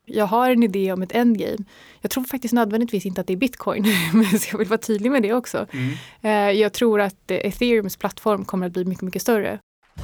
Jag har en idé om ett endgame. Jag tror faktiskt nödvändigtvis inte att det är Bitcoin, men jag vill vara tydlig med det också. Jag tror att Ethereums plattform kommer att bli mycket, mycket större.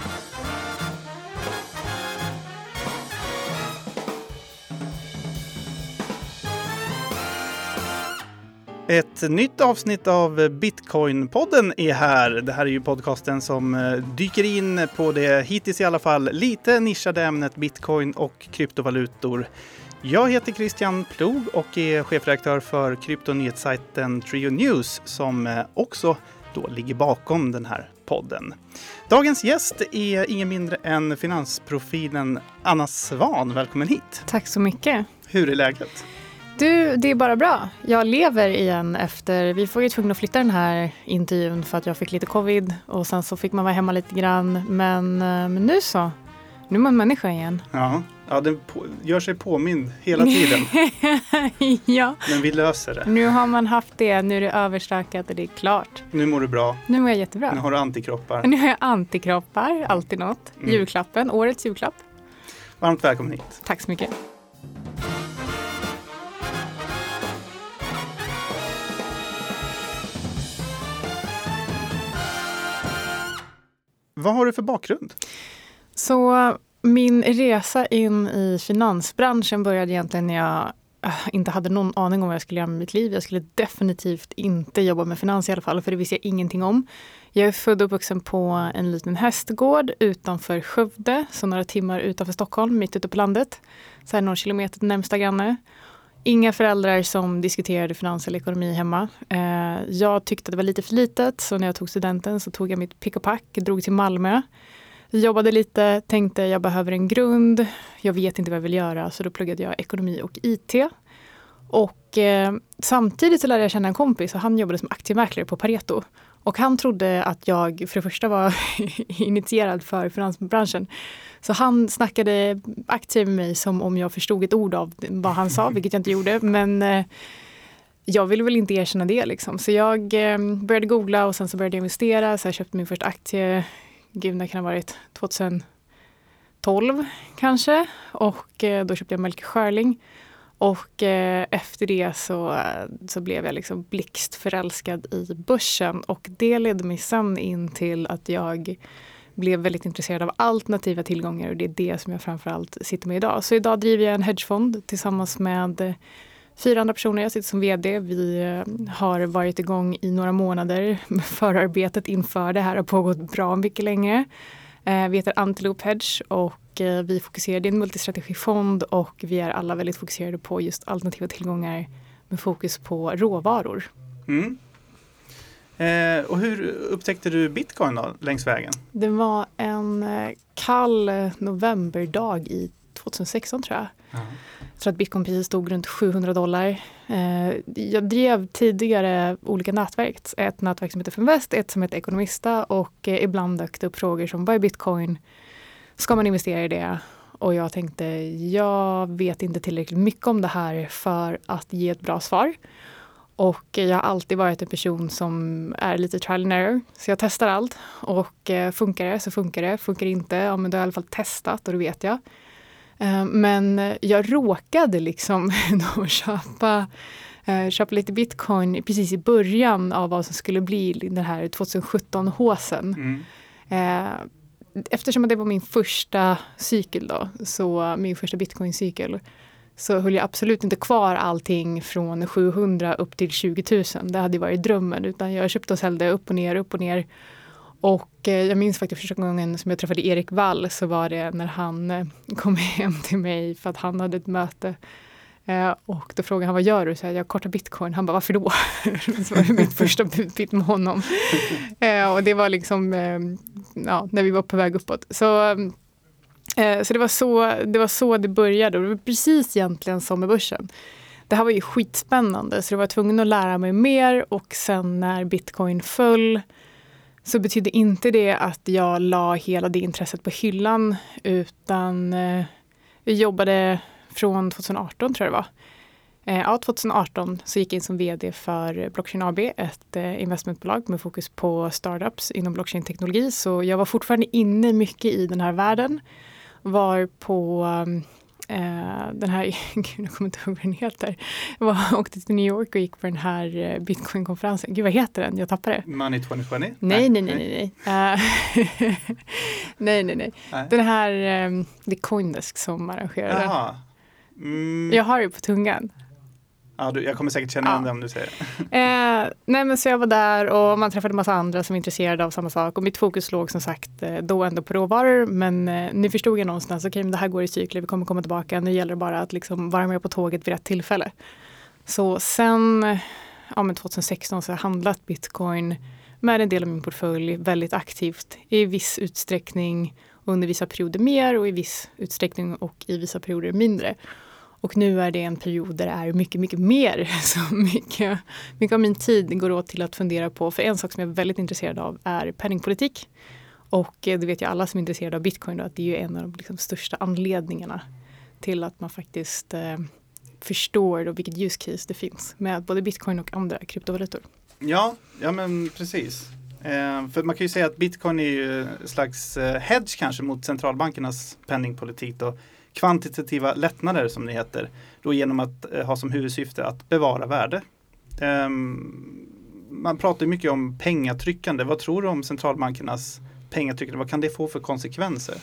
Ett nytt avsnitt av Bitcoin-podden är här. Det här är ju podcasten som dyker in på det hittills i alla fall lite nischade ämnet Bitcoin och kryptovalutor. Jag heter Christian Plog och är chefredaktör för kryptonyhetssajten Trio News som också då ligger bakom den här podden. Dagens gäst är ingen mindre än finansprofilen Anna Svan. Välkommen hit. Tack så mycket. Hur är läget? Du, det är bara bra. Jag lever igen efter, vi var ju tvungna att flytta den här intervjun för att jag fick lite covid och sen så fick man vara hemma lite grann. Men nu så, nu är man människa igen. Ja, den gör sig påmind hela tiden. Ja. Men vi löser det. Nu har man haft det, nu är det överstökat och det är klart. Nu mår du bra. Nu mår jag jättebra. Nu har du antikroppar. Nu har jag antikroppar, alltid något. Julklappen, årets julklapp. Varmt välkommen hit. Tack så mycket. Vad har du för bakgrund? Så min resa in i finansbranschen började egentligen när jag inte hade någon aning om vad jag skulle göra med mitt liv. Jag skulle definitivt inte jobba med finans i alla fall, för det visste jag ingenting om. Jag är född och uppvuxen på en liten hästgård utanför Skövde, så några timmar utanför Stockholm, mitt ute på landet. Så här några kilometer till närmsta granne. Inga föräldrar som diskuterade finans eller ekonomi hemma. Jag tyckte att det var lite för litet, så när jag tog studenten så tog jag mitt pick och pack, drog till Malmö. Jobbade lite, tänkte jag behöver en grund, jag vet inte vad jag vill göra, så då pluggade jag ekonomi och IT. Och samtidigt så lärde jag känna en kompis och han jobbade som aktiemäklare på Pareto. Och han trodde att jag för det första var initierad för finansbranschen. Så han snackade aktier med mig som om jag förstod ett ord av vad han sa, vilket jag inte gjorde. Men jag ville väl inte erkänna det liksom. Så jag började googla och sen så började jag investera. Så jag köpte min första aktie, gud det kan ha varit 2012 kanske. Och då köpte jag Melker Schörling. Och efter det så blev jag liksom blixtförälskad i börsen. Och det ledde mig sen in till att jag blev väldigt intresserad av alternativa tillgångar. Och det är det som jag framförallt sitter med idag. Så idag driver jag en hedgefond tillsammans med 4 andra personer. Jag sitter som vd. Vi har varit igång i några månader. Förarbetet inför det här har pågått bra mycket längre. Vi heter Antelope Hedge och vi fokuserar, det är en multistrategifond och vi är alla väldigt fokuserade på just alternativa tillgångar med fokus på råvaror. Och hur upptäckte du Bitcoin då, längs vägen? Det var en kall novemberdag i 2016 tror jag. Jag tror att Bitcoin-priset stod runt $700. Jag drev tidigare olika nätverk. Ett nätverk som heter Finvest, ett som heter Ekonomista och ibland dök det upp frågor som vad är Bitcoin? Ska man investera i det? Och jag tänkte, jag vet inte tillräckligt mycket om det här för att ge ett bra svar. Och jag har alltid varit en person som är lite trial and error. Så jag testar allt och funkar det så funkar det. Funkar det inte, ja men då har jag i alla fall testat och det vet jag. Men jag råkade liksom då köpa lite Bitcoin precis i början av vad som skulle bli den här 2017-håsen. Eftersom det var min första cykel då, så min första Bitcoin-cykel, så höll jag absolut inte kvar allting från 700 upp till 20 000. Det hade ju varit drömmen, utan jag köpte och sålde upp och ner, upp och ner. Och jag minns faktiskt första gången som jag träffade Erik Wall, så var det när han kom hem till mig för att han hade ett möte. Och då frågade han, vad gör du? Så jag kortar Bitcoin. Han bara, varför då? Så var det mitt första budbit med honom. Och det var liksom när vi var på väg uppåt. Så det var så det började. Och det var precis egentligen som med börsen. Det här var ju skitspännande, så jag var tvungen att lära mig mer. Och sen när Bitcoin föll så betydde inte det att jag la hela det intresset på hyllan, utan vi jobbade från 2018 tror jag det var. 2018 så gick jag in som vd för Blockchain AB, ett investmentbolag med fokus på startups inom blockchain-teknologi. Så jag var fortfarande inne mycket i den här världen. Var på den här, gud jag kommer inte ihåg vad den heter. Jag åkte till New York och gick på den här Bitcoin-konferensen. Gud vad heter den? Jag tappade det. Money 2020? Nej. Nej. Den här, det är Coindesk som arrangerar den. Jag har det på tungan. Ja, jag kommer säkert känna igen det om du säger nej men så jag var där och man träffade en massa andra som är intresserade av samma sak. Och mitt fokus låg som sagt då ändå på råvaror. Men nu förstod jag någonstans, okej, det här går i cykler, vi kommer komma tillbaka. Nu gäller det bara att liksom vara med på tåget vid rätt tillfälle. Så sen 2016 så har jag handlat bitcoin med en del av min portfölj väldigt aktivt i viss utsträckning. Under vissa perioder mer och i viss utsträckning och i vissa perioder mindre. Och nu är det en period där det är mycket, mycket mer. Så mycket av min tid går åt till att fundera på. För en sak som jag är väldigt intresserad av är penningpolitik. Och det vet ju alla som är intresserade av bitcoin då, att det är ju en av de liksom största anledningarna till att man faktiskt förstår då vilket use case det finns med både bitcoin och andra kryptovalutor. Ja men precis. För man kan ju säga att bitcoin är ju en slags hedge kanske mot centralbankernas penningpolitik och kvantitativa lättnader som det heter, då genom att ha som huvudsyfte att bevara värde. Man pratar mycket om pengatryckande. Vad tror du om centralbankernas pengatryckande? Vad kan det få för konsekvenser?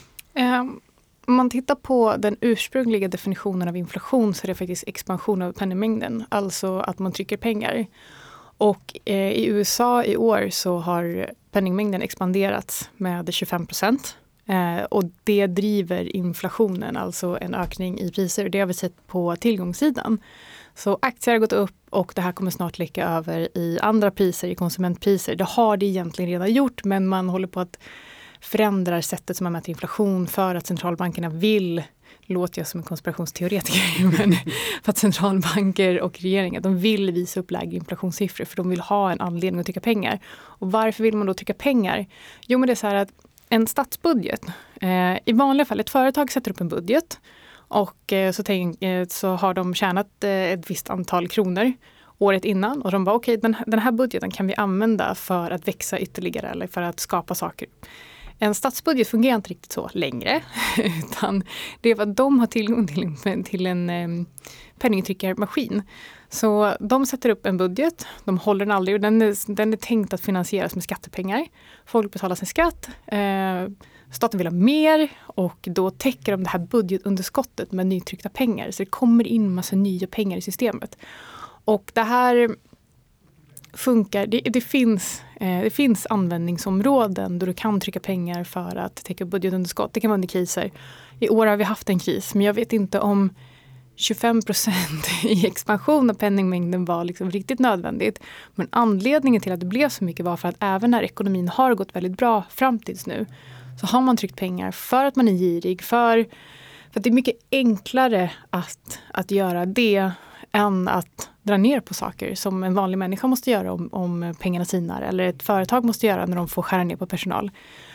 Om man tittar på den ursprungliga definitionen av inflation så är det faktiskt expansion av penningmängden, alltså att man trycker pengar. Och i USA i år så har penningmängden expanderats med 25%. Och det driver inflationen, alltså en ökning i priser. Det har vi sett på tillgångssidan. Så aktier har gått upp och det här kommer snart läcka över i andra priser, i konsumentpriser. Det har det egentligen redan gjort, men man håller på att förändra sättet som man mäter inflation för att centralbankerna vill, låter jag som en konspirationsteoretiker, men för att centralbanker och regeringar, de vill visa upp lägre inflationssiffror för de vill ha en anledning att trycka pengar. Och varför vill man då trycka pengar? Jo, men det är så här att en statsbudget, i vanliga fall ett företag sätter upp en budget och så har de tjänat ett visst antal kronor året innan och de bara okej, den här budgeten kan vi använda för att växa ytterligare eller för att skapa saker. En statsbudget fungerar inte riktigt så längre utan det är vad de har tillgång till en penningtryckarmaskin. Så de sätter upp en budget, de håller den aldrig och den är tänkt att finansieras med skattepengar. Folk betalar sin skatt, staten vill ha mer och då täcker de det här budgetunderskottet med nytryckta pengar. Så det kommer in massa nya pengar i systemet. Och det här funkar, det finns användningsområden då du kan trycka pengar för att täcka budgetunderskott. Det kan vara under kriser. I år har vi haft en kris, men jag vet inte om 25% i expansion av penningmängden var liksom riktigt nödvändigt. Men anledningen till att det blev så mycket var för att även när ekonomin har gått väldigt bra fram tills nu så har man tryckt pengar för att man är girig, för att det är mycket enklare att göra det än att dra ner på saker som en vanlig människa måste göra om pengarna sinar eller ett företag måste göra när de får skära ner på personal.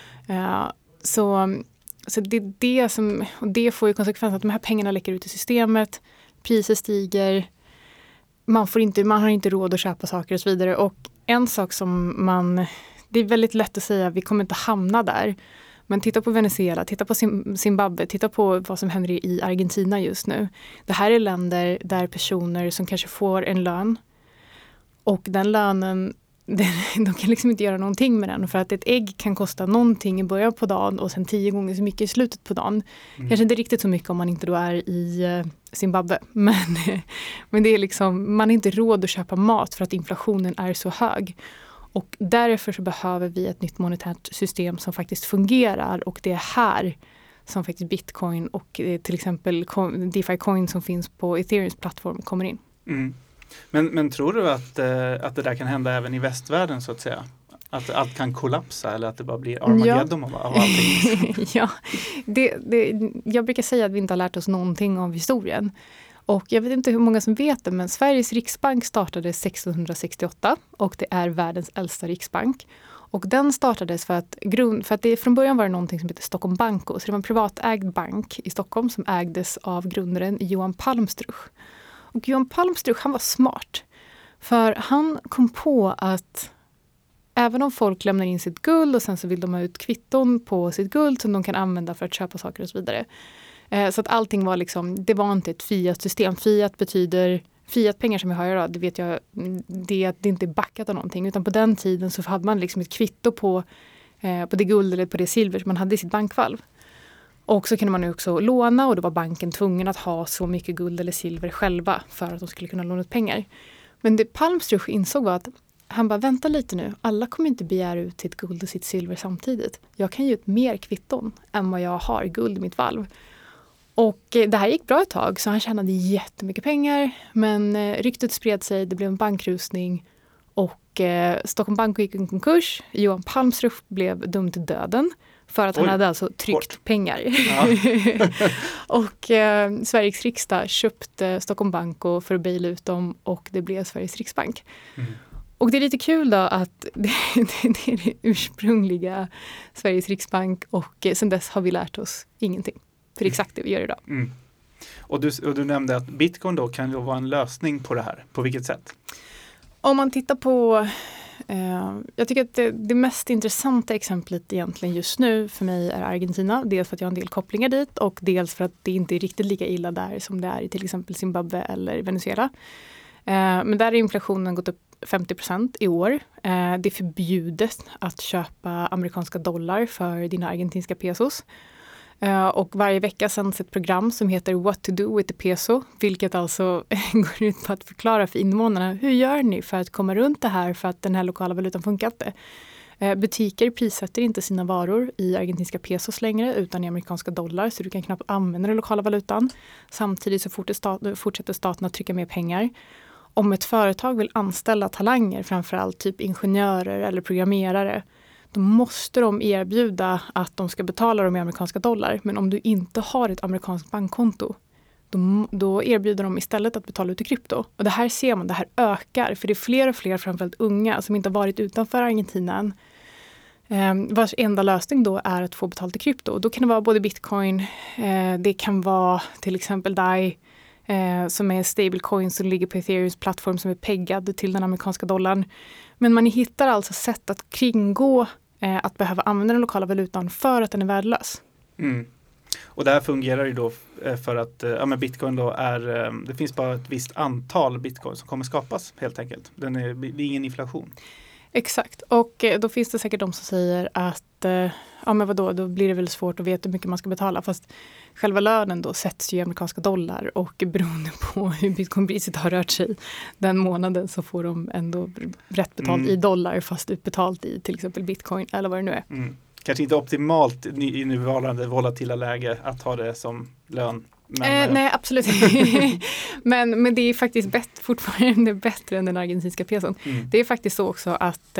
Så det är det som, och det får ju konsekvenser att de här pengarna läcker ut i systemet, priser stiger, man har inte råd att köpa saker och så vidare. Och en sak som det är väldigt lätt att säga, vi kommer inte hamna där. Men titta på Venezuela, titta på Zimbabwe, titta på vad som händer i Argentina just nu. Det här är länder där personer som kanske får en lön och den lönen, de kan liksom inte göra någonting med den för att ett ägg kan kosta någonting i början på dagen och sen 10 gånger så mycket i slutet på dagen. Kanske inte riktigt så mycket om man inte då är i Zimbabwe. Men det är liksom, man har inte råd att köpa mat för att inflationen är så hög. Och därför så behöver vi ett nytt monetärt system som faktiskt fungerar och det är här som faktiskt Bitcoin och till exempel DeFi-coin som finns på Ethereums plattform kommer in. Mm. Men tror du att det där kan hända även i västvärlden så att säga? Att allt kan kollapsa eller att det bara blir Armageddon av allting? Ja, jag brukar säga att vi inte har lärt oss någonting av historien. Och jag vet inte hur många som vet det, men Sveriges riksbank startade 1668 och det är världens äldsta riksbank. Och den startades för att från början var det någonting som heter Stockholm Banco. Så det var en privatägd bank i Stockholm som ägdes av grundaren Johan Palmstruch. Och Johan Palmstruch, han var smart. För han kom på att även om folk lämnar in sitt guld och sen så vill de ha ut kvitton på sitt guld som de kan använda för att köpa saker och så vidare. Så att allting var liksom, det var inte ett fiat-system. Fiat betyder, fiat-pengar som jag har idag, det vet jag, det är att det inte är backat av någonting. Utan på den tiden så hade man liksom ett kvitto på det guld eller på det silver som man hade i sitt bankvalv. Och så kunde man också låna och då var banken tvungen att ha så mycket guld eller silver själva för att de skulle kunna låna ut pengar. Men det Palmstruch insåg var att han bara, vänta lite nu, alla kommer inte begära ut sitt guld och sitt silver samtidigt. Jag kan ge ut mer kvitton än vad jag har guld i mitt valv. Och det här gick bra ett tag så han tjänade jättemycket pengar. Men ryktet spred sig, det blev en bankrusning och Stockholm Bank gick i konkurs. Johan Palmstruch blev dömd till döden för att han hade alltså tryckt pengar. Ja. Och Sveriges riksdag köpte Stockholm Bank för att baila ut dem och det blev Sveriges riksbank. Mm. Och det är lite kul då att det är det ursprungliga Sveriges riksbank och sen dess har vi lärt oss ingenting. För det är exakt det vi gör idag. Mm. Och du nämnde att bitcoin då kan ju vara en lösning på det här. På vilket sätt? Om man tittar på, jag tycker att det mest intressanta exemplet egentligen just nu för mig är Argentina. Dels för att jag har en del kopplingar dit och dels för att det inte är riktigt lika illa där som det är i till exempel Zimbabwe eller Venezuela. Men där har inflationen gått upp 50% i år. Det är förbjudet att köpa amerikanska dollar för dina argentinska pesos. Och varje vecka sänds ett program som heter What to do with the peso, vilket alltså går ut på att förklara för invånarna hur gör ni för att komma runt det här för att den här lokala valutan funkar inte. Butiker prissätter inte sina varor i argentinska pesos längre utan i amerikanska dollar så du kan knappt använda den lokala valutan. Samtidigt så fortsätter staten att trycka mer pengar. Om ett företag vill anställa talanger, framförallt typ ingenjörer eller programmerare, då måste de erbjuda att de ska betala dem i amerikanska dollar. Men om du inte har ett amerikanskt bankkonto, då erbjuder de istället att betala ut i krypto. Och det här ser man, det här ökar. För det är fler och fler, framförallt unga, som inte har varit utanför Argentina. Vars enda lösning då är att få betalt i krypto. Och då kan det vara både bitcoin, det kan vara till exempel DAI, som är stablecoin som ligger på Ethereums plattform som är peggad till den amerikanska dollarn. Men man hittar alltså sätt att kringgå att behöva använda den lokala valutan för att den är värdelös. Mm. Och det här fungerar ju då för att bitcoin då det finns bara ett visst antal bitcoin som kommer skapas helt enkelt. Det är ingen inflation. Exakt. Och då finns det säkert de som säger att då blir det väl svårt att veta hur mycket man ska betala. Fast själva lönen då sätts ju i amerikanska dollar och beroende på hur bitcoinpriset har rört sig den månaden så får de ändå rätt betalt i dollar fast utbetalt i till exempel bitcoin eller vad det nu är. Mm. Kanske inte optimalt i nuvarande volatila läge att ha det som lön. Nej, absolut inte. men det är faktiskt fortfarande bättre än den argentinska peson. Mm. Det är faktiskt så också att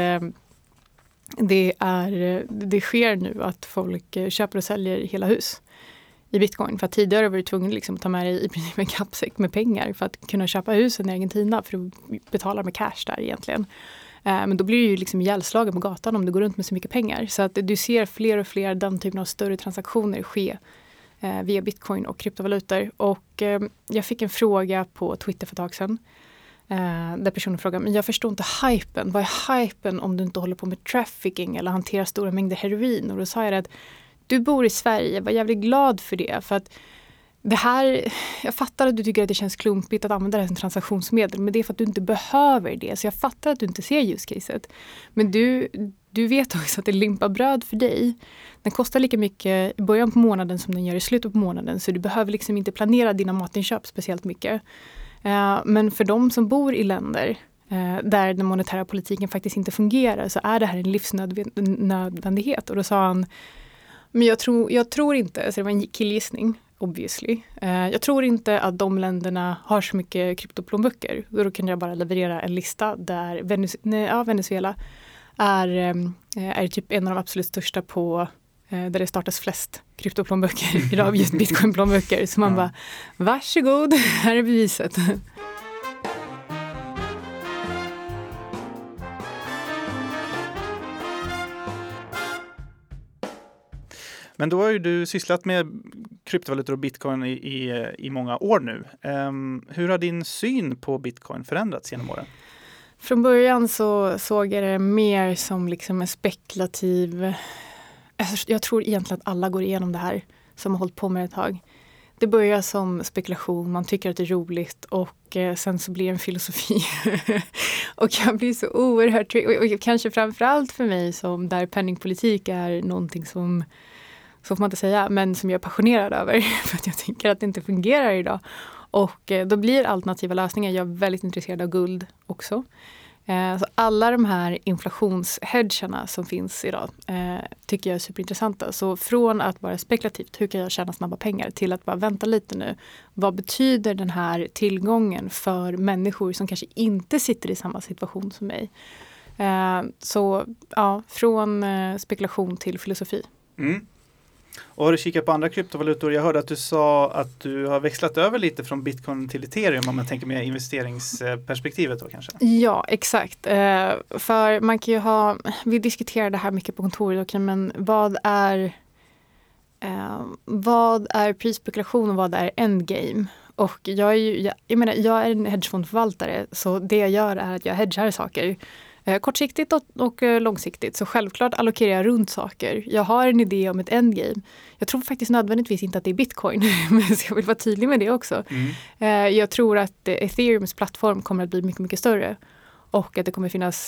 det sker nu att folk köper och säljer hela hus i bitcoin. För att tidigare var du tvungen liksom att ta med dig i princip en kappsäck med pengar för att kunna köpa husen i Argentina för att betala med cash där egentligen. Men då blir det ju liksom ihjälslagen på gatan om du går runt med så mycket pengar. Så att du ser fler och fler den typen av större transaktioner ske via bitcoin och kryptovalutor. Och jag fick en fråga på Twitter för ett tag sedan. Där personen frågade, men jag förstår inte hypen. Vad är hypen om du inte håller på med trafficking eller hanterar stora mängder heroin? Och då sa jag att du bor i Sverige, var jävligt glad för det. För att det här, jag fattar att du tycker att det känns klumpigt att använda det som transaktionsmedel. Men det är för att du inte behöver det. Så jag fattar att du inte ser use-caset. Men du vet också att det limpar bröd för dig. Den kostar lika mycket i början på månaden som den gör i slutet på månaden. Så du behöver liksom inte planera dina matinköp speciellt mycket. Men för de som bor i länder där den monetära politiken faktiskt inte fungerar så är det här en livsnödvändighet. Och då sa han, men jag tror inte, så det var en killgissning obviously. Jag tror inte att de länderna har så mycket kryptoplånböcker. Då kan jag bara leverera en lista där Venezuela är typ en av de absolut största på där det startas flest kryptoplånböcker idag, just bitcoinplånböcker. Så man bara, varsågod, här är beviset. Men då har ju du sysslat med kryptovalutor och bitcoin i många år nu. Hur har din syn på bitcoin förändrats genom åren? Från början så såg jag det mer som liksom en spekulativ... Jag tror egentligen att alla går igenom det här som har hållit på med ett tag. det börjar som spekulation, man tycker att det är roligt och sen så blir det en filosofi. Och jag blir så oerhört, och kanske framförallt för mig som där penningpolitik är någonting som, så får man inte säga, men som jag är passionerad över för att jag tycker att det inte fungerar idag. Och då blir alternativa lösningar, jag är väldigt intresserad av guld också. Så alla de här inflationshedgarna som finns idag tycker jag är superintressanta. Så från att vara spekulativt, hur kan jag tjäna snabba pengar, till att bara vänta lite nu. Vad betyder den här tillgången för människor som kanske inte sitter i samma situation som mig? Så ja, från spekulation till filosofi. Mm. Och har du kikat på andra kryptovalutor? Jag hörde att du sa att du har växlat över lite från bitcoin till ethereum, om man tänker med investeringsperspektivet då kanske. Ja, exakt. För man kan ju ha, vi diskuterar det här mycket på kontoret, okay, men vad är prisspekulation och vad är endgame? Och jag är en hedgefondförvaltare, så det jag gör är att jag hedgar saker. Kortsiktigt och långsiktigt. Så självklart allokerar jag runt saker. Jag har en idé om ett endgame. Jag tror faktiskt nödvändigtvis inte att det är bitcoin. Men jag vill vara tydlig med det också. Jag tror att Ethereums plattform kommer att bli mycket, mycket större. Och att det kommer finnas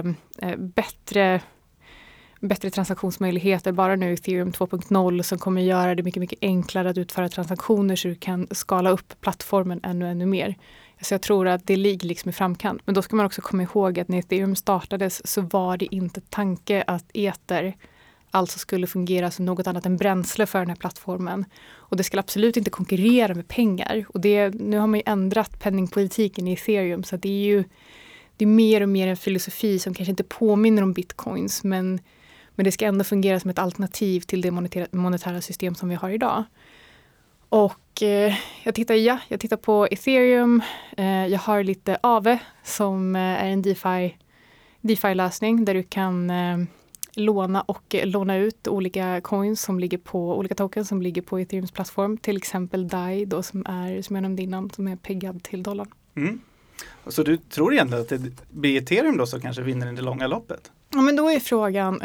bättre transaktionsmöjligheter. Bara nu Ethereum 2.0 som kommer göra det mycket, mycket enklare att utföra transaktioner så du kan skala upp plattformen ännu mer. Så jag tror att det ligger liksom i framkant. Men då ska man också komma ihåg att när Ethereum startades så var det inte tanke att ether alltså skulle fungera som något annat än bränsle för den här plattformen. Och det ska absolut inte konkurrera med pengar. Och nu har man ju ändrat penningpolitiken i Ethereum, så att det är mer och mer en filosofi som kanske inte påminner om bitcoins, men det ska ändå fungera som ett alternativ till det monetära system som vi har idag. Och jag tittar på Ethereum. Jag har lite Aave som är en DeFi-lösning där du kan låna och låna ut olika coins som ligger på, olika tokens som ligger på Ethereums plattform. Till exempel DAI då, som jag nämnde innan, som är peggad till dollarn. Mm. Så du tror egentligen att det blir Ethereum då som kanske vinner i det långa loppet? Ja, men då är frågan...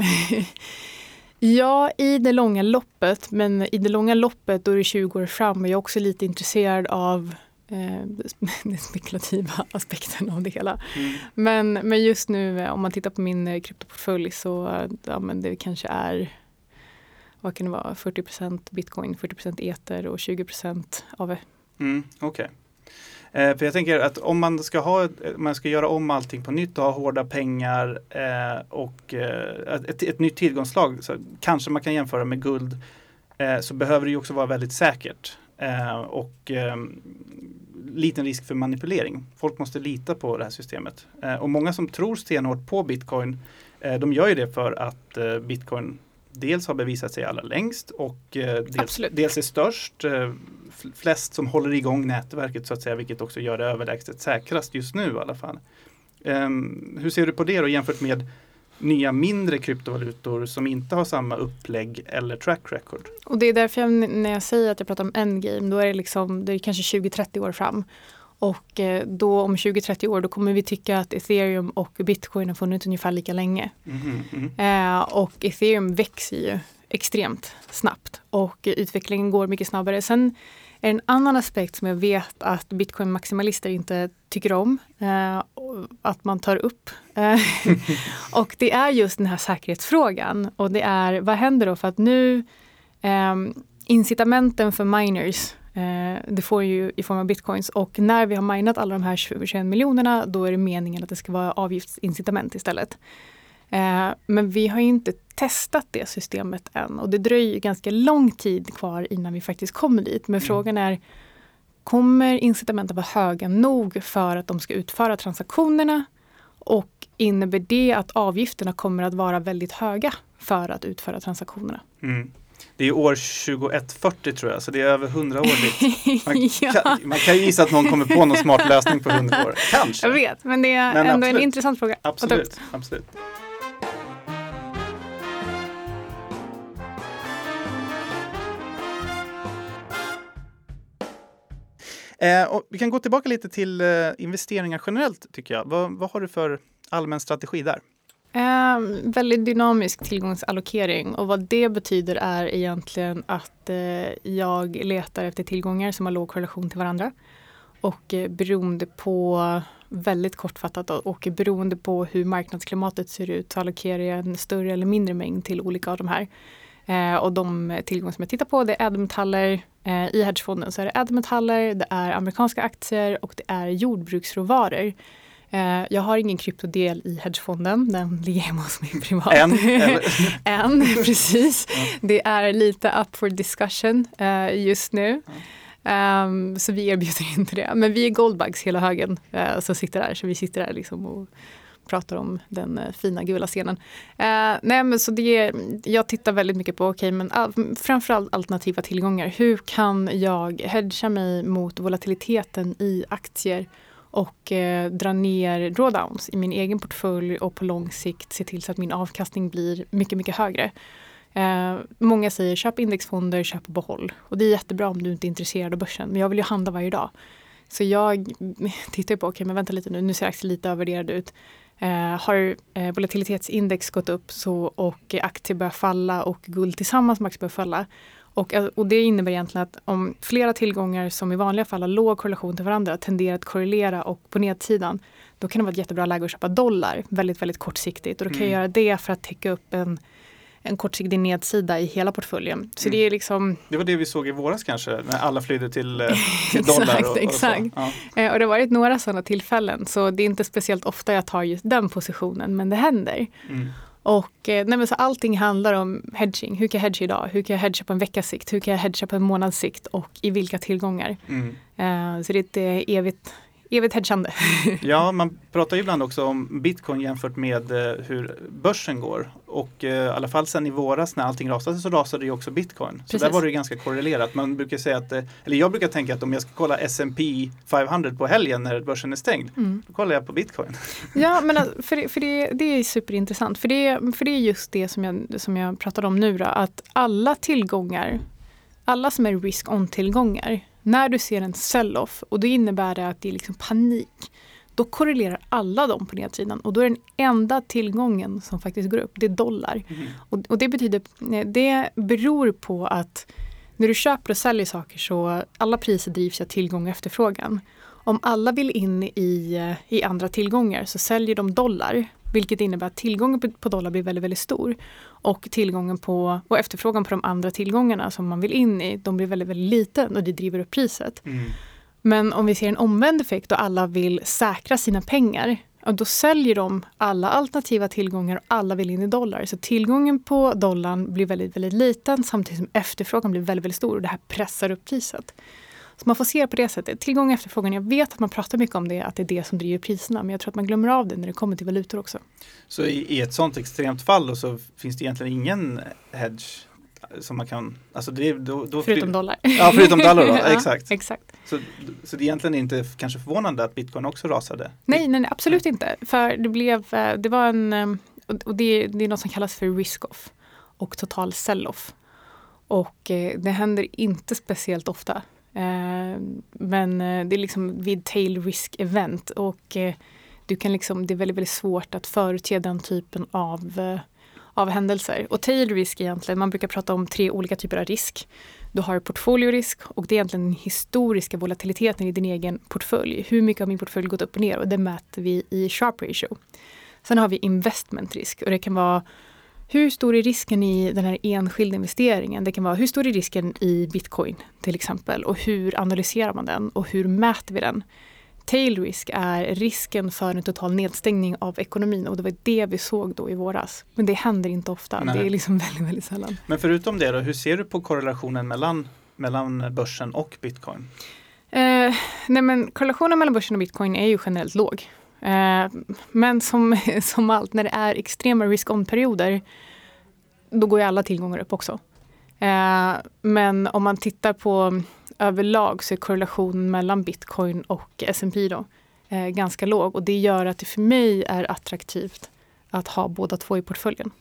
Ja, i det långa loppet, men i det långa loppet då är det 20 år fram, och jag är också lite intresserad av den spekulativa aspekten av det hela. Men just nu, om man tittar på min kryptoportfölj, så men det kanske är, vad kan det vara, 40% bitcoin, 40% ether och 20% av. Okej. För jag tänker att om man ska göra om allting på nytt och ha hårda pengar och ett nytt tillgångslag, så kanske man kan jämföra med guld, så behöver det ju också vara väldigt säkert och liten risk för manipulering. Folk måste lita på det här systemet. Och många som tror stenhårt på bitcoin, de gör ju det för att bitcoin dels har bevisat sig allra längst och dels är störst, flest som håller igång nätverket så att säga, vilket också gör det överlägset säkrast just nu i alla fall. Hur ser du på det då jämfört med nya mindre kryptovalutor som inte har samma upplägg eller track record? Och det är därför när jag säger att jag pratar om endgame, då är det kanske 20-30 år fram. Och då om 20-30 år då kommer vi tycka att Ethereum och Bitcoin har funnits ungefär lika länge. Och Ethereum växer ju extremt snabbt och utvecklingen går mycket snabbare. Sen är en annan aspekt som jag vet att Bitcoin-maximalister inte tycker om, att man tar upp. Och det är just den här säkerhetsfrågan. Och det är, vad händer då? För att nu incitamenten för miners, det får ju i form av bitcoins, och när vi har minat alla de här 21 miljonerna, då är det meningen att det ska vara avgiftsincitament istället. Men vi har ju inte testat det systemet än, och det dröjer ganska lång tid kvar innan vi faktiskt kommer dit. Men frågan är, kommer incitamenten vara höga nog för att de ska utföra transaktionerna, och innebär det att avgifterna kommer att vara väldigt höga för att utföra transaktionerna? Det är år 2140 tror jag, så det är över 100 år dit. Man kan ju gissa att någon kommer på någon smart lösning på 100 år. Kanske. Jag vet, men det är ändå en intressant fråga. Absolut. Och vi kan gå tillbaka lite till investeringar generellt tycker jag. Vad har du för allmän strategi där? Väldigt dynamisk tillgångsallokering, och vad det betyder är egentligen att jag letar efter tillgångar som har låg korrelation till varandra, och beroende på, väldigt kortfattat och beroende på hur marknadsklimatet ser ut, så allokerar jag en större eller mindre mängd till olika av de här. Och de tillgångar som jag tittar på, det är ädelmetaller. I hedgefonden så är det ädelmetaller, det är amerikanska aktier och det är jordbruksråvaror. Jag har ingen kryptodel i hedgefonden, den ligger hemma hos mig privat. En, precis. Det är lite up for discussion just nu. Så vi erbjuder inte det. Men vi är goldbugs hela högen som sitter där. Så vi sitter där liksom och pratar om den fina gula scenen. Nej, men så jag tittar väldigt mycket på, men framförallt alternativa tillgångar. Hur kan jag hedga mig mot volatiliteten i aktier och dra ner drawdowns i min egen portfölj och på lång sikt se till så att min avkastning blir mycket, mycket högre. Många säger köp indexfonder, köp och behåll. Och det är jättebra om du inte är intresserad av börsen. Men jag vill ju handla varje dag. Så jag tittar på, men vänta lite nu ser aktier lite övervärderade ut. Har volatilitetsindex gått upp och aktier börjar falla och guld tillsammans med aktier börjar falla. Och det innebär egentligen att om flera tillgångar som i vanliga fall har låg korrelation till varandra tenderar att korrelera, och på nedsidan, då kan det vara ett jättebra läge att köpa dollar väldigt, väldigt kortsiktigt. Och då kan jag göra det för att täcka upp en kortsiktig nedsida i hela portföljen. Så det är liksom... Det var det vi såg i våras kanske, när alla flydde till dollar. Exakt. Ja. Och det har varit några sådana tillfällen, så det är inte speciellt ofta jag tar just den positionen, men det händer. Och så allting handlar om hedging. Hur kan jag hedga idag? Hur kan jag hedga på en veckas sikt? Hur kan jag hedga på en månads sikt? Och i vilka tillgångar? Så det är ett evigt hedgande. Ja, man pratar ju ibland också om bitcoin jämfört med hur börsen går. Och i alla fall sen i våras när allting rasade, så rasade ju också bitcoin. Så Precis. Där var det ju ganska korrelerat. Man brukar säga att, eller jag brukar tänka att om jag ska kolla S&P 500 på helgen när börsen är stängd, då kollar jag på bitcoin. Ja, men för det är superintressant. För det är just det som jag pratade om nu då, att alla tillgångar, alla som är risk-on-tillgångar, när du ser en sell-off, och då innebär det att det är liksom panik, då korrelerar alla dem på nedsidan. Och då är den enda tillgången som faktiskt går upp, det är dollar. Och det beror på att när du köper och säljer saker, så alla priser drivs av tillgång och efterfrågan. Om alla vill in i andra tillgångar, så säljer de dollar, vilket innebär att tillgången på dollar blir väldigt, väldigt stor. Och tillgången och efterfrågan på de andra tillgångarna som man vill in i, de blir väldigt, väldigt liten, och det driver upp priset. Men om vi ser en omvänd effekt och alla vill säkra sina pengar, och då säljer de alla alternativa tillgångar och alla vill in i dollar. Så tillgången på dollarn blir väldigt, väldigt liten, samtidigt som efterfrågan blir väldigt, väldigt stor, och det här pressar upp priset. Så man får se på det sättet. Tillgång och efterfrågan, jag vet att man pratar mycket om det, att det är det som driver priserna, men jag tror att man glömmer av det när det kommer till valutor också. Så i ett sånt extremt fall då, så finns det egentligen ingen hedge som man kan... Alltså förutom dollar. Ja, förutom dollar då, exakt. Exakt. Så det egentligen inte kanske förvånande att bitcoin också rasade? Nej, absolut inte. För det var det är något som kallas för risk-off och total sell-off. Och det händer inte speciellt ofta. Men det är liksom vid tail risk event, och du kan liksom, det är väldigt, väldigt svårt att förutse den typen av händelser. Och tail risk egentligen, man brukar prata om 3 olika typer av risk. Du har portföljorisk, och det är egentligen den historiska volatiliteten i din egen portfölj. Hur mycket har min portfölj gått upp och ner, och det mäter vi i Sharpe ratio. Sen har vi investment risk, och det kan vara hur stor är risken i den här enskilda investeringen? Det kan vara hur stor är risken i bitcoin till exempel, och hur analyserar man den och hur mäter vi den? Tail risk är risken för en total nedstängning av ekonomin, och det var det vi såg då i våras. Men det händer inte ofta, Nej. Det är liksom väldigt, väldigt sällan. Men förutom det då, hur ser du på korrelationen mellan börsen och bitcoin? Men korrelationen mellan börsen och bitcoin är ju generellt låg. Men som allt, när det är extrema risk-on-perioder, då går ju alla tillgångar upp också. Men om man tittar på överlag, så är korrelationen mellan bitcoin och S&P då ganska låg. Och det gör att det för mig är attraktivt att ha båda två i portföljen.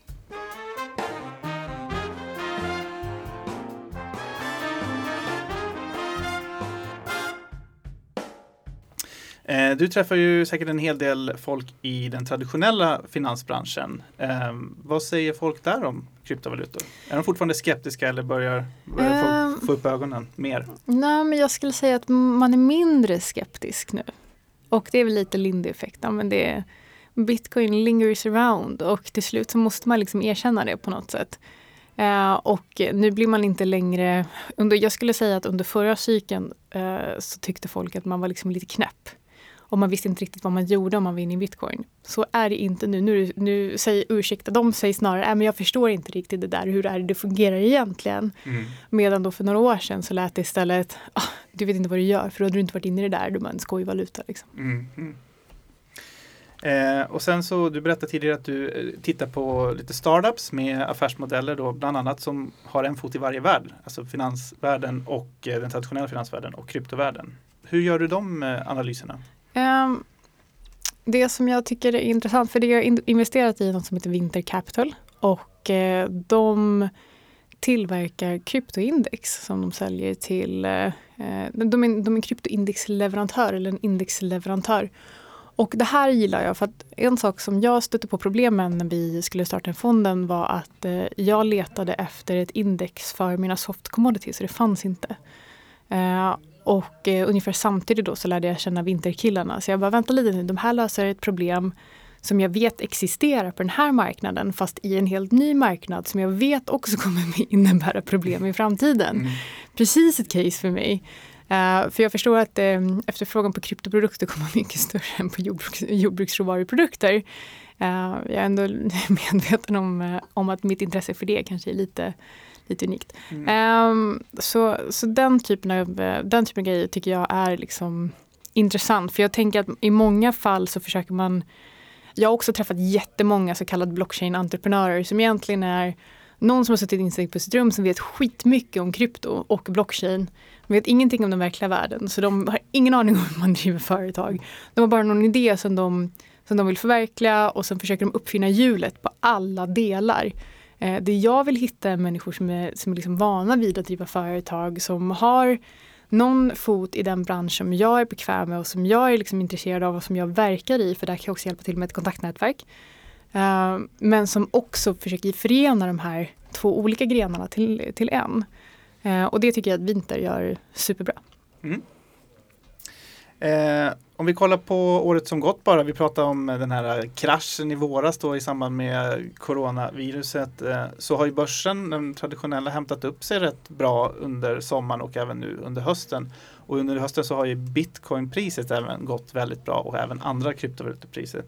Du träffar ju säkert en hel del folk i den traditionella finansbranschen. Vad säger folk där om kryptovalutor? Är de fortfarande skeptiska eller börjar folk få upp ögonen mer? Nej, men jag skulle säga att man är mindre skeptisk nu. Och det är väl lite Lindy-effekt. Ja, men Bitcoin lingers around och till slut så måste man liksom erkänna det på något sätt. Och nu blir man inte längre... Jag skulle säga att under förra cykeln så tyckte folk att man var liksom lite knäpp. Och man visste inte riktigt vad man gjorde om man var inne i Bitcoin. Så är det inte nu. Nu säger ursäkta, de säger snarare men jag förstår inte riktigt det där. Hur är det fungerar egentligen? Mm. Medan då för några år sedan så lät det istället du vet inte vad du gör för då hade du inte varit inne i det där. Du bara en skojvaluta liksom. Och sen så, du berättade tidigare att du tittar på lite startups med affärsmodeller då, bland annat som har en fot i varje värld. Alltså finansvärlden och den traditionella finansvärlden och kryptovärlden. Hur gör du de analyserna? Det som jag tycker är intressant, för det jag har investerat i något som heter Winter Capital och de tillverkar kryptoindex som de säljer till, de är en kryptoindexleverantör eller en indexleverantör. Och det här gillar jag för att en sak som jag stötte på problem med när vi skulle starta den fonden var att jag letade efter ett index för mina soft commodities så det fanns inte. Och ungefär samtidigt då så lärde jag känna vinterkillarna. Så jag bara vänta lite nu, de här löser ett problem som jag vet existerar på den här marknaden fast i en helt ny marknad som jag vet också kommer innebära problem i framtiden. Precis ett case för mig. För jag förstår att efterfrågan på kryptoprodukter kommer mycket större än på jordbruksråvaruprodukter. Jag är ändå medveten om att mitt intresse för det kanske är lite unikt. Så den typen av grejer tycker jag är liksom intressant. För jag tänker att i många fall så försöker man... Jag har också träffat jättemånga så kallade blockchain-entreprenörer som egentligen är någon som har suttit inställd på sitt rum som vet skitmycket om krypto och blockchain. De vet ingenting om den verkliga världen. Så de har ingen aning om hur man driver företag. De har bara någon idé som de vill förverkliga och sen försöker de uppfinna hjulet på alla delar. Det jag vill hitta är människor som är liksom vana vid att driva företag som har någon fot i den bransch som jag är bekväm med och som jag är liksom intresserad av och som jag verkar i, för där kan jag också hjälpa till med ett kontaktnätverk. Men som också försöker förena de här två olika grenarna till en. Och det tycker jag att Winter gör superbra. Om vi kollar på året som gått bara, vi pratar om den här kraschen i våras då i samband med coronaviruset, så har ju börsen, den traditionella, hämtat upp sig rätt bra under sommaren och även nu under hösten. Och under hösten så har ju bitcoinpriset även gått väldigt bra och även andra kryptovalutorpriser.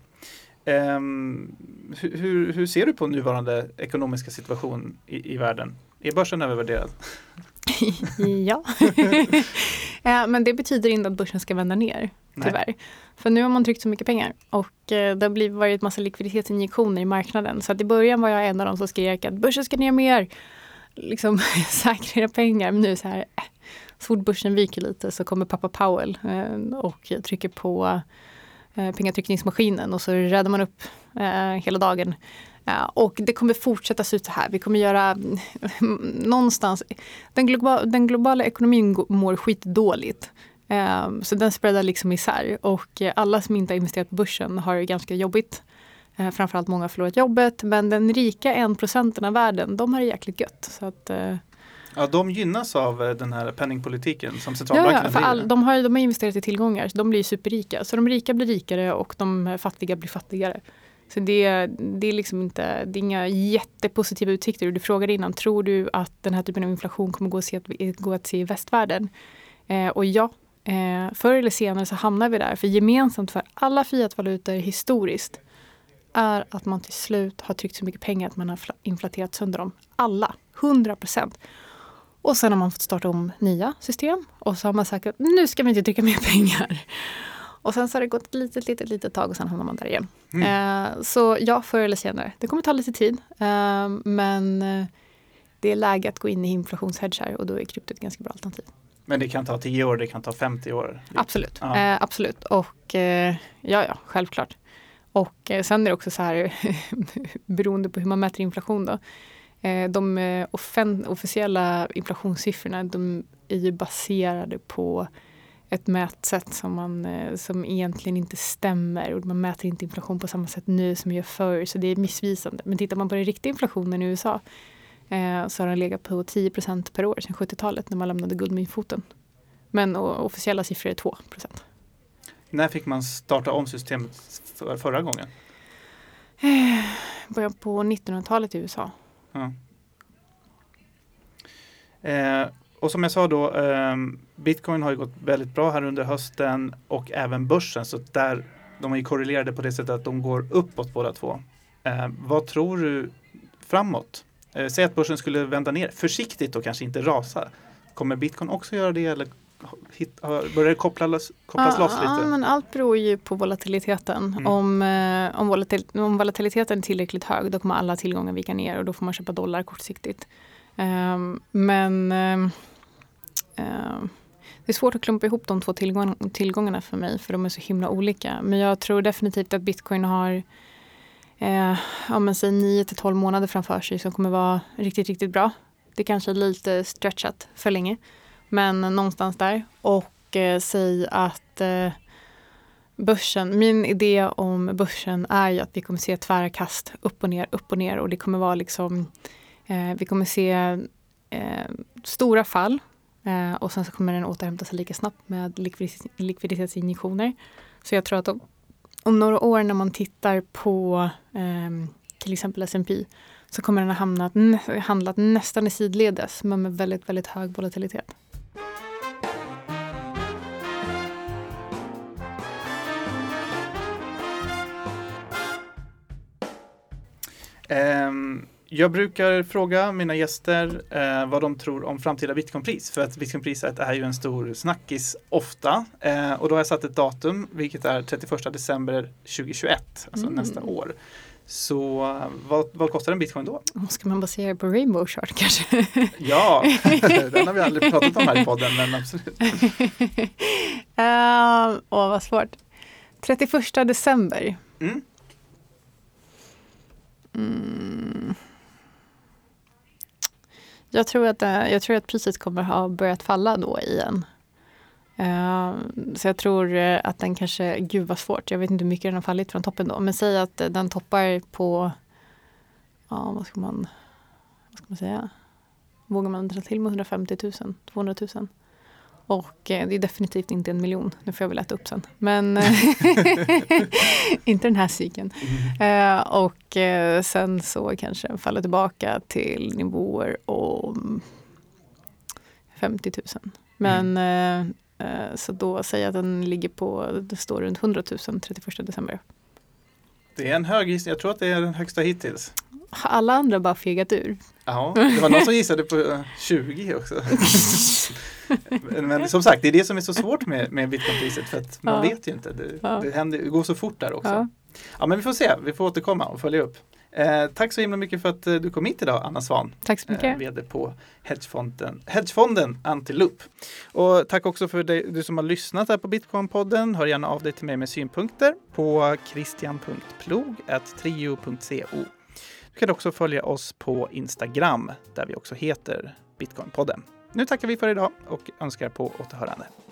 Hur ser du på nuvarande ekonomiska situation i världen? Är börsen övervärderad? Ja. Men det betyder inte att börsen ska vända ner, tyvärr. Nej. För nu har man tryckt så mycket pengar och det har varit massa likviditetsinjektioner i marknaden. Så att i början var jag en av dem som skrek att börsen ska ner mer. Liksom säkra pengar. Men nu så här, så fort börsen viker lite så kommer pappa Powell och trycker på pengatryckningsmaskinen och så räddar man upp hela dagen. Och det kommer fortsätta se ut så här. Vi kommer göra någonstans... Den globala ekonomin mår skitdåligt. Så den spreadar liksom isär. Och alla som inte har investerat på börsen har det ganska jobbigt. Framförallt många har förlorat jobbet. Men den rika 1% av världen, de har det jäkligt gött. Så att... Ja, de gynnas av den här penningpolitiken som centralbankerna driver. De har investerat i tillgångar, så de blir superrika. Så de rika blir rikare och de fattiga blir fattigare. Så det är liksom inte, det är inga jättepositiva utsikter. Du frågade innan, tror du att den här typen av inflation kommer gå att se i västvärlden? Och ja, förr eller senare så hamnar vi där. För gemensamt för alla fiatvalutor historiskt är att man till slut har tryckt så mycket pengar att man har inflaterat sönder dem. Alla, 100%. Och sen har man fått starta om nya system. Och så har man sagt att nu ska vi inte trycka mer pengar. Och sen så har det gått ett litet tag och sen hamnar man där igen. Så ja, förr eller senare. Det kommer ta lite tid. Men det är läge att gå in i inflationshedgar och då är krypto ett ganska bra alternativ. Men det kan ta 10 år, det kan ta 50 år? Absolut, absolut. Och ja, självklart. Och sen är det också så här, beroende på hur man mäter inflation då. De officiella inflationssiffrorna, de är ju baserade på ett mätsätt som egentligen inte stämmer. Och man mäter inte inflation på samma sätt nu som man gör förr. Så det är missvisande. Men tittar man på den riktiga inflationen i USA så har den legat på 10% per år sedan 70-talet när man lämnade guldmyntfoten. Men officiella siffror är 2%. När fick man starta om systemet förra gången? Början på 1900-talet i USA. Ja. Och som jag sa då, Bitcoin har ju gått väldigt bra här under hösten och även börsen. Så där, de är ju korrelerade på det sättet att de går uppåt båda två. Vad tror du framåt? Säg att börsen skulle vända ner försiktigt och kanske inte rasa. Kommer Bitcoin också göra det eller börjar det kopplas loss lite? Ja, men allt beror ju på volatiliteten. Om volatiliteten är tillräckligt hög då kommer alla tillgångar vika ner och då får man köpa dollar kortsiktigt. Det är svårt att klumpa ihop de två tillgångarna för mig för de är så himla olika. Men jag tror definitivt att Bitcoin har 9-12 månader framför sig som kommer vara riktigt, riktigt bra. Det kanske är lite stretchat för länge. Men någonstans där. Och säg att börsen, min idé om börsen är ju att vi kommer se tvära kast upp och ner. Och det kommer vara liksom, vi kommer se stora fall. Och sen så kommer den återhämta sig lika snabbt med likviditetsinjektioner. Så jag tror att om några år när man tittar på till exempel S&P så kommer den ha handlat nästan i sidledes men med väldigt, väldigt hög volatilitet. Jag brukar fråga mina gäster vad de tror om framtida bitcoinpris. För att bitcoinpriset är ju en stor snackis ofta. Och då har jag satt ett datum, vilket är 31 december 2021, alltså nästa år. Så vad kostar en bitcoin då? Ska man basera det på Rainbow Chart kanske? Ja, den har vi aldrig pratat om här i podden, men absolut. Vad svårt. 31 december. Jag tror att priset kommer ha börjat falla då igen. Så jag tror att den kanske, gud vad svårt, jag vet inte hur mycket den har fallit från toppen då. Men säg att den toppar på, vad ska man säga? Vågar man dra till med 150 000, 200 000? Och det är definitivt inte 1 miljon. Nu får jag väl äta upp sen. Men inte den här cykeln. Och sen så kanske den faller tillbaka till nivåer om 50 000. Men så då säger jag att den ligger på, det står runt 100 000 31 december. Det är en hög gissning. Jag tror att det är den högsta hittills. Alla andra bara fegat ur. Ja, det var någon som gissade på 20 också. Men som sagt, det är det som är så svårt med bitcoinpriset för att man vet ju inte. Det går så fort där också. Ja, men vi får se. Vi får återkomma och följa upp. Tack så himla mycket för att du kom hit idag, Anna Svan. Tack så mycket. VD på hedgefonden Antiloop. Och tack också för du som har lyssnat här på Bitcoin-podden. Hör gärna av dig till mig med synpunkter på christian.plog@trio.co. Du kan också följa oss på Instagram där vi också heter Bitcoin-podden. Nu tackar vi för idag och önskar på återhörande.